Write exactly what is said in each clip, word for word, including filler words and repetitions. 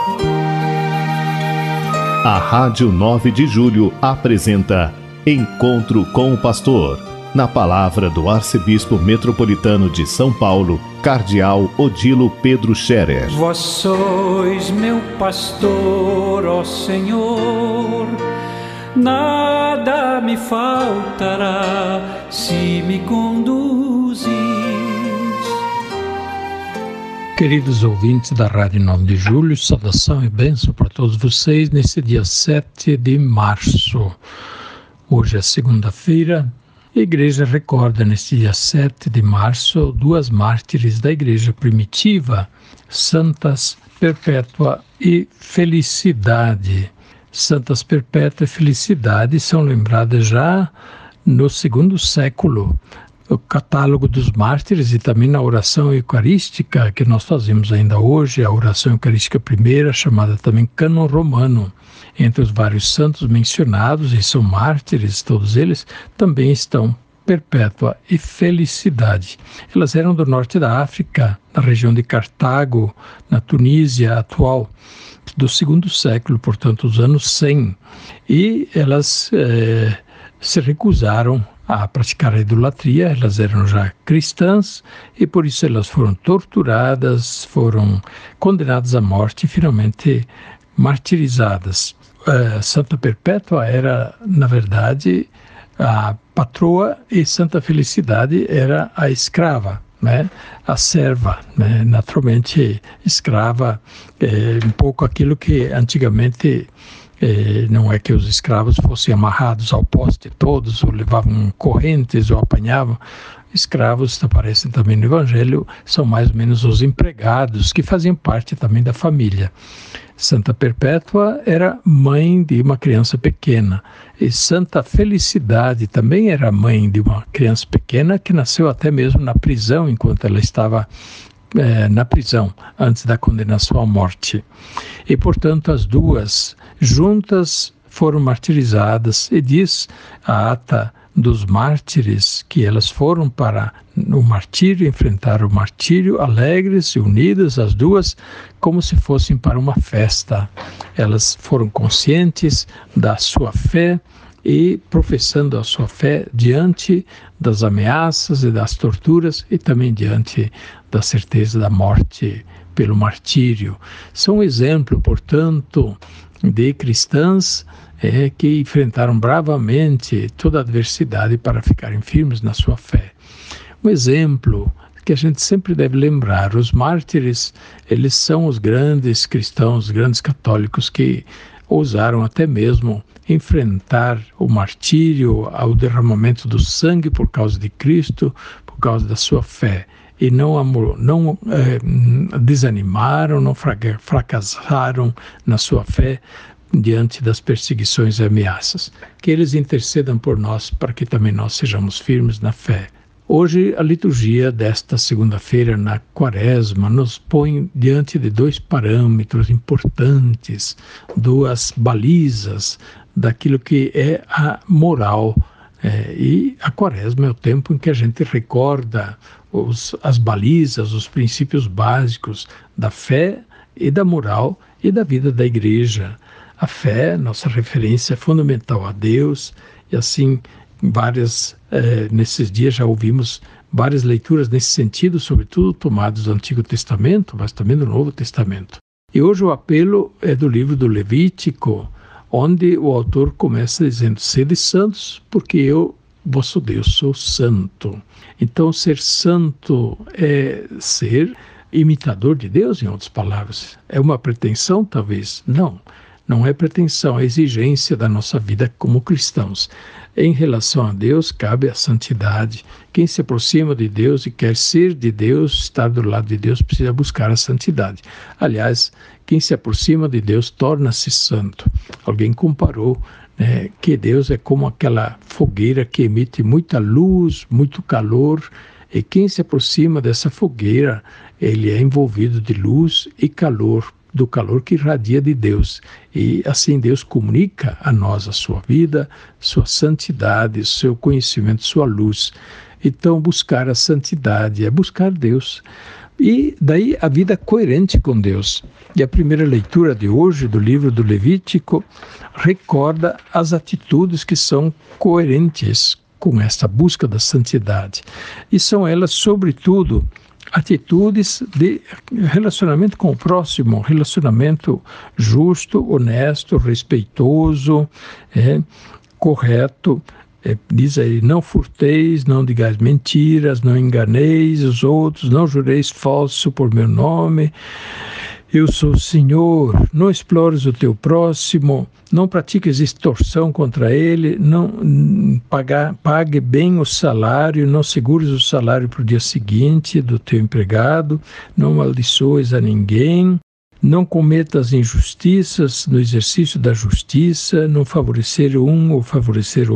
A Rádio nove de Julho apresenta Encontro com o Pastor, na palavra do Arcebispo Metropolitano de São Paulo, Cardeal Odilo Pedro Scherer. Vós sois meu pastor, ó Senhor, nada me faltará se me conduzis. Queridos ouvintes da Rádio nove de Julho, saudação e bênção para todos vocês nesse dia sete de março. Hoje é segunda-feira. A igreja recorda neste dia sete de março duas mártires da igreja primitiva, Santas Perpétua e Felicidade. Santas Perpétua e Felicidade são lembradas já no segundo século. O catálogo dos mártires e também na oração eucarística que nós fazemos ainda hoje, a oração eucarística primeira, chamada também cânon romano. Entre os vários santos mencionados, e são mártires todos eles, também estão Perpétua e Felicidade. Elas eram do norte da África, na região de Cartago, na Tunísia atual, do segundo século, portanto, os anos cem. E elas eh, se recusaram a praticar a idolatria, elas eram já cristãs e por isso elas foram torturadas, foram condenadas à morte e finalmente martirizadas. Uh, Santa Perpétua era, na verdade, a patroa e Santa Felicidade era a escrava, né? A serva, né? Naturalmente escrava, é, um pouco aquilo que antigamente Eh, não é que os escravos fossem amarrados ao poste todos, ou levavam correntes, ou apanhavam. Escravos, aparecem também no Evangelho, são mais ou menos os empregados, que faziam parte também da família. Santa Perpétua era mãe de uma criança pequena, e Santa Felicidade também era mãe de uma criança pequena, que nasceu até mesmo na prisão, enquanto ela estava É, na prisão, antes da condenação à morte. E, portanto, as duas juntas foram martirizadas, e diz a ata dos mártires que elas foram para o martírio, enfrentar o martírio, alegres e unidas, as duas, como se fossem para uma festa. Elas foram conscientes da sua fé, e professando a sua fé diante das ameaças e das torturas e também diante da certeza da morte pelo martírio. São um exemplo, portanto, de cristãs é, que enfrentaram bravamente toda a adversidade para ficarem firmes na sua fé. Um exemplo que a gente sempre deve lembrar: os mártires, eles são os grandes cristãos, os grandes católicos que ousaram até mesmo enfrentar o martírio, o derramamento do sangue por causa de Cristo, por causa da sua fé. E não, amor, não é, desanimaram, não fracassaram na sua fé diante das perseguições e ameaças. Que eles intercedam por nós para que também nós sejamos firmes na fé. Hoje, a liturgia desta segunda-feira, na Quaresma, nos põe diante de dois parâmetros importantes, duas balizas daquilo que é a moral. É, e a Quaresma é o tempo em que a gente recorda os, as balizas, os princípios básicos da fé e da moral e da vida da Igreja. A fé, nossa referência fundamental a Deus, e assim várias, eh, nesses dias já ouvimos várias leituras nesse sentido, sobretudo tomadas do Antigo Testamento, mas também do Novo Testamento. E hoje o apelo é do livro do Levítico, onde o autor começa dizendo: sede santos, porque eu, vosso Deus, sou santo. Então, ser santo é ser imitador de Deus, em outras palavras. É uma pretensão, talvez? Não. Não é pretensão, é exigência da nossa vida como cristãos. Em relação a Deus, cabe a santidade. Quem se aproxima de Deus e quer ser de Deus, estar do lado de Deus, precisa buscar a santidade. Aliás, quem se aproxima de Deus torna-se santo. Alguém comparou, né, que Deus é como aquela fogueira que emite muita luz, muito calor, e quem se aproxima dessa fogueira, ele é envolvido de luz e calor, do calor que irradia de Deus. E assim Deus comunica a nós a sua vida, sua santidade, seu conhecimento, sua luz. Então, buscar a santidade é buscar Deus. E daí a vida coerente com Deus. E a primeira leitura de hoje do livro do Levítico recorda as atitudes que são coerentes com esta busca da santidade. E são elas, sobretudo, atitudes de relacionamento com o próximo, relacionamento justo, honesto, respeitoso, é, correto. É, diz aí, não furteis, não digais mentiras, não enganeis os outros, não jureis falso por meu nome. Eu sou o Senhor, não explores o teu próximo, não pratiques extorsão contra ele, não paga, pague bem o salário, não segures o salário para o dia seguinte do teu empregado, não amaldiçoes a ninguém, não cometas injustiças no exercício da justiça, não favorecer um ou favorecer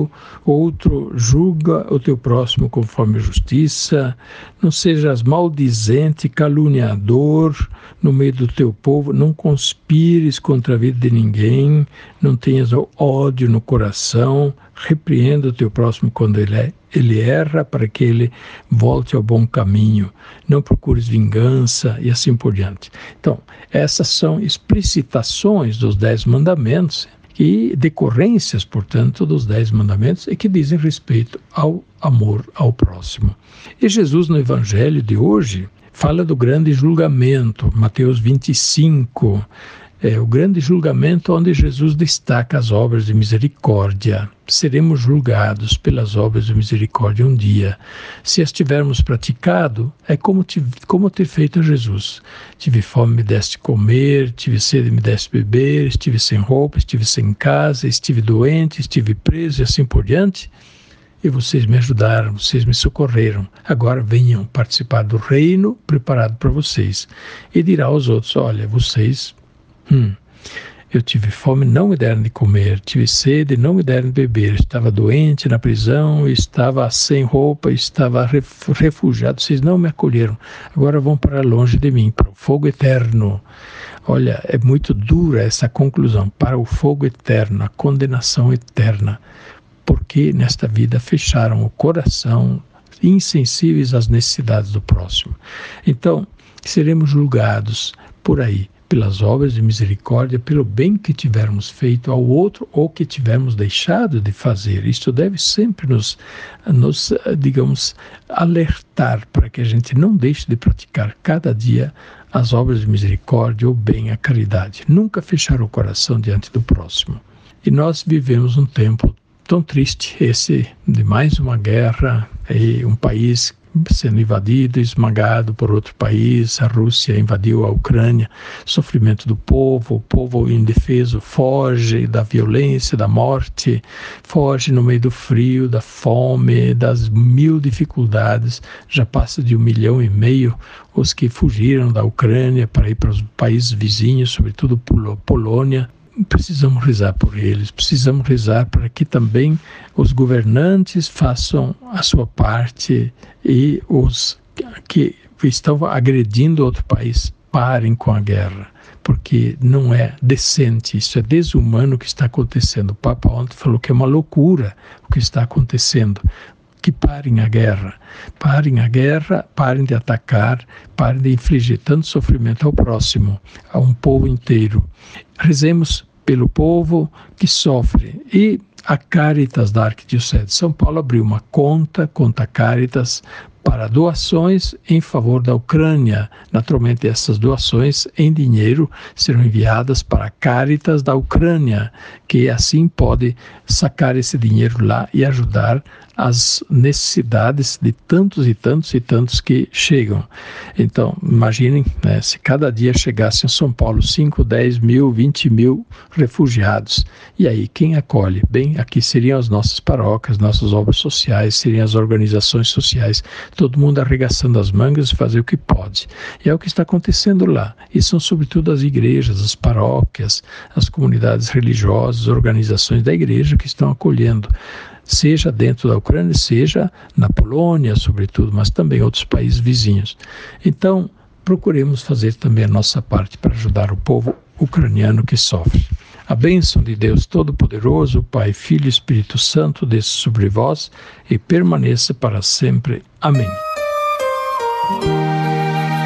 outro, julga o teu próximo conforme a justiça, não sejas maldizente, caluniador no meio do teu povo, não conspires contra a vida de ninguém, não tenhas ódio no coração, repreenda o teu próximo quando ele é ele erra, para que ele volte ao bom caminho, não procures vingança e assim por diante. Então, essas são explicitações dos Dez Mandamentos e decorrências, portanto, dos Dez Mandamentos e que dizem respeito ao amor ao próximo. E Jesus, no Evangelho de hoje, fala do grande julgamento, Mateus vinte e cinco, É o grande julgamento onde Jesus destaca as obras de misericórdia. Seremos julgados pelas obras de misericórdia um dia. Se as tivermos praticado, é como, tive, como ter feito a Jesus. Tive fome, me deste comer, tive sede, me deste beber, estive sem roupa, estive sem casa, estive doente, estive preso e assim por diante. E vocês me ajudaram, vocês me socorreram. Agora venham participar do reino preparado para vocês. E dirá aos outros, olha, vocês... Hum, eu tive fome, não me deram de comer, tive sede, não me deram de beber, estava doente na prisão, estava sem roupa, estava refugiado, vocês não me acolheram, agora vão para longe de mim, para o fogo eterno. Olha, é muito dura essa conclusão, para o fogo eterno, a condenação eterna, porque nesta vida fecharam o coração, insensíveis às necessidades do próximo. Então, seremos julgados por aí, pelas obras de misericórdia, pelo bem que tivermos feito ao outro ou que tivermos deixado de fazer. Isto deve sempre nos, nos, digamos, alertar para que a gente não deixe de praticar cada dia as obras de misericórdia, o bem, a caridade. Nunca fechar o coração diante do próximo. E nós vivemos um tempo tão triste, esse de mais uma guerra, e um país sendo invadido, esmagado por outro país, a Rússia invadiu a Ucrânia, sofrimento do povo, o povo indefeso foge da violência, da morte, foge no meio do frio, da fome, das mil dificuldades, já passa de um milhão e meio os que fugiram da Ucrânia para ir para os países vizinhos, sobretudo Polônia. Precisamos rezar por eles, precisamos rezar para que também os governantes façam a sua parte e os que estão agredindo outro país parem com a guerra, porque não é decente, isso é desumano o que está acontecendo. O Papa ontem falou que é uma loucura o que está acontecendo. Que parem a guerra, parem a guerra, parem de atacar, parem de infligir tanto sofrimento ao próximo, a um povo inteiro. Rezemos pelo povo que sofre. E a Caritas da Arquidiocese de São Paulo abriu uma conta, conta Caritas, para doações em favor da Ucrânia. Naturalmente, essas doações em dinheiro serão enviadas para a Caritas da Ucrânia, que assim pode sacar esse dinheiro lá e ajudar as necessidades de tantos e tantos e tantos que chegam. Então, imaginem, né, se cada dia chegasse em São Paulo cinco, dez mil, vinte mil refugiados. E aí, quem acolhe? Bem, aqui seriam as nossas paróquias, nossas obras sociais, seriam as organizações sociais, todo mundo arregaçando as mangas e fazer o que pode. E é o que está acontecendo lá. E são sobretudo as igrejas, as paróquias, as comunidades religiosas, organizações da igreja que estão acolhendo, seja dentro da Ucrânia, seja na Polônia, sobretudo, mas também outros países vizinhos. Então, procuremos fazer também a nossa parte para ajudar o povo ucraniano que sofre. A bênção de Deus Todo-Poderoso, Pai, Filho e Espírito Santo, desça sobre vós e permaneça para sempre. Amém.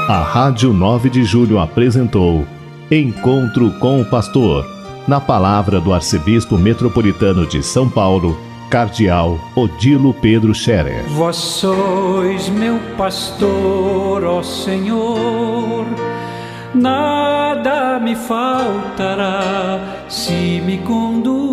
A Rádio nove de Julho apresentou Encontro com o Pastor, na palavra do Arcebispo Metropolitano de São Paulo, Cardeal Odilo Pedro Scherer. Vós sois meu pastor, ó Senhor, nada me faltará se me conduz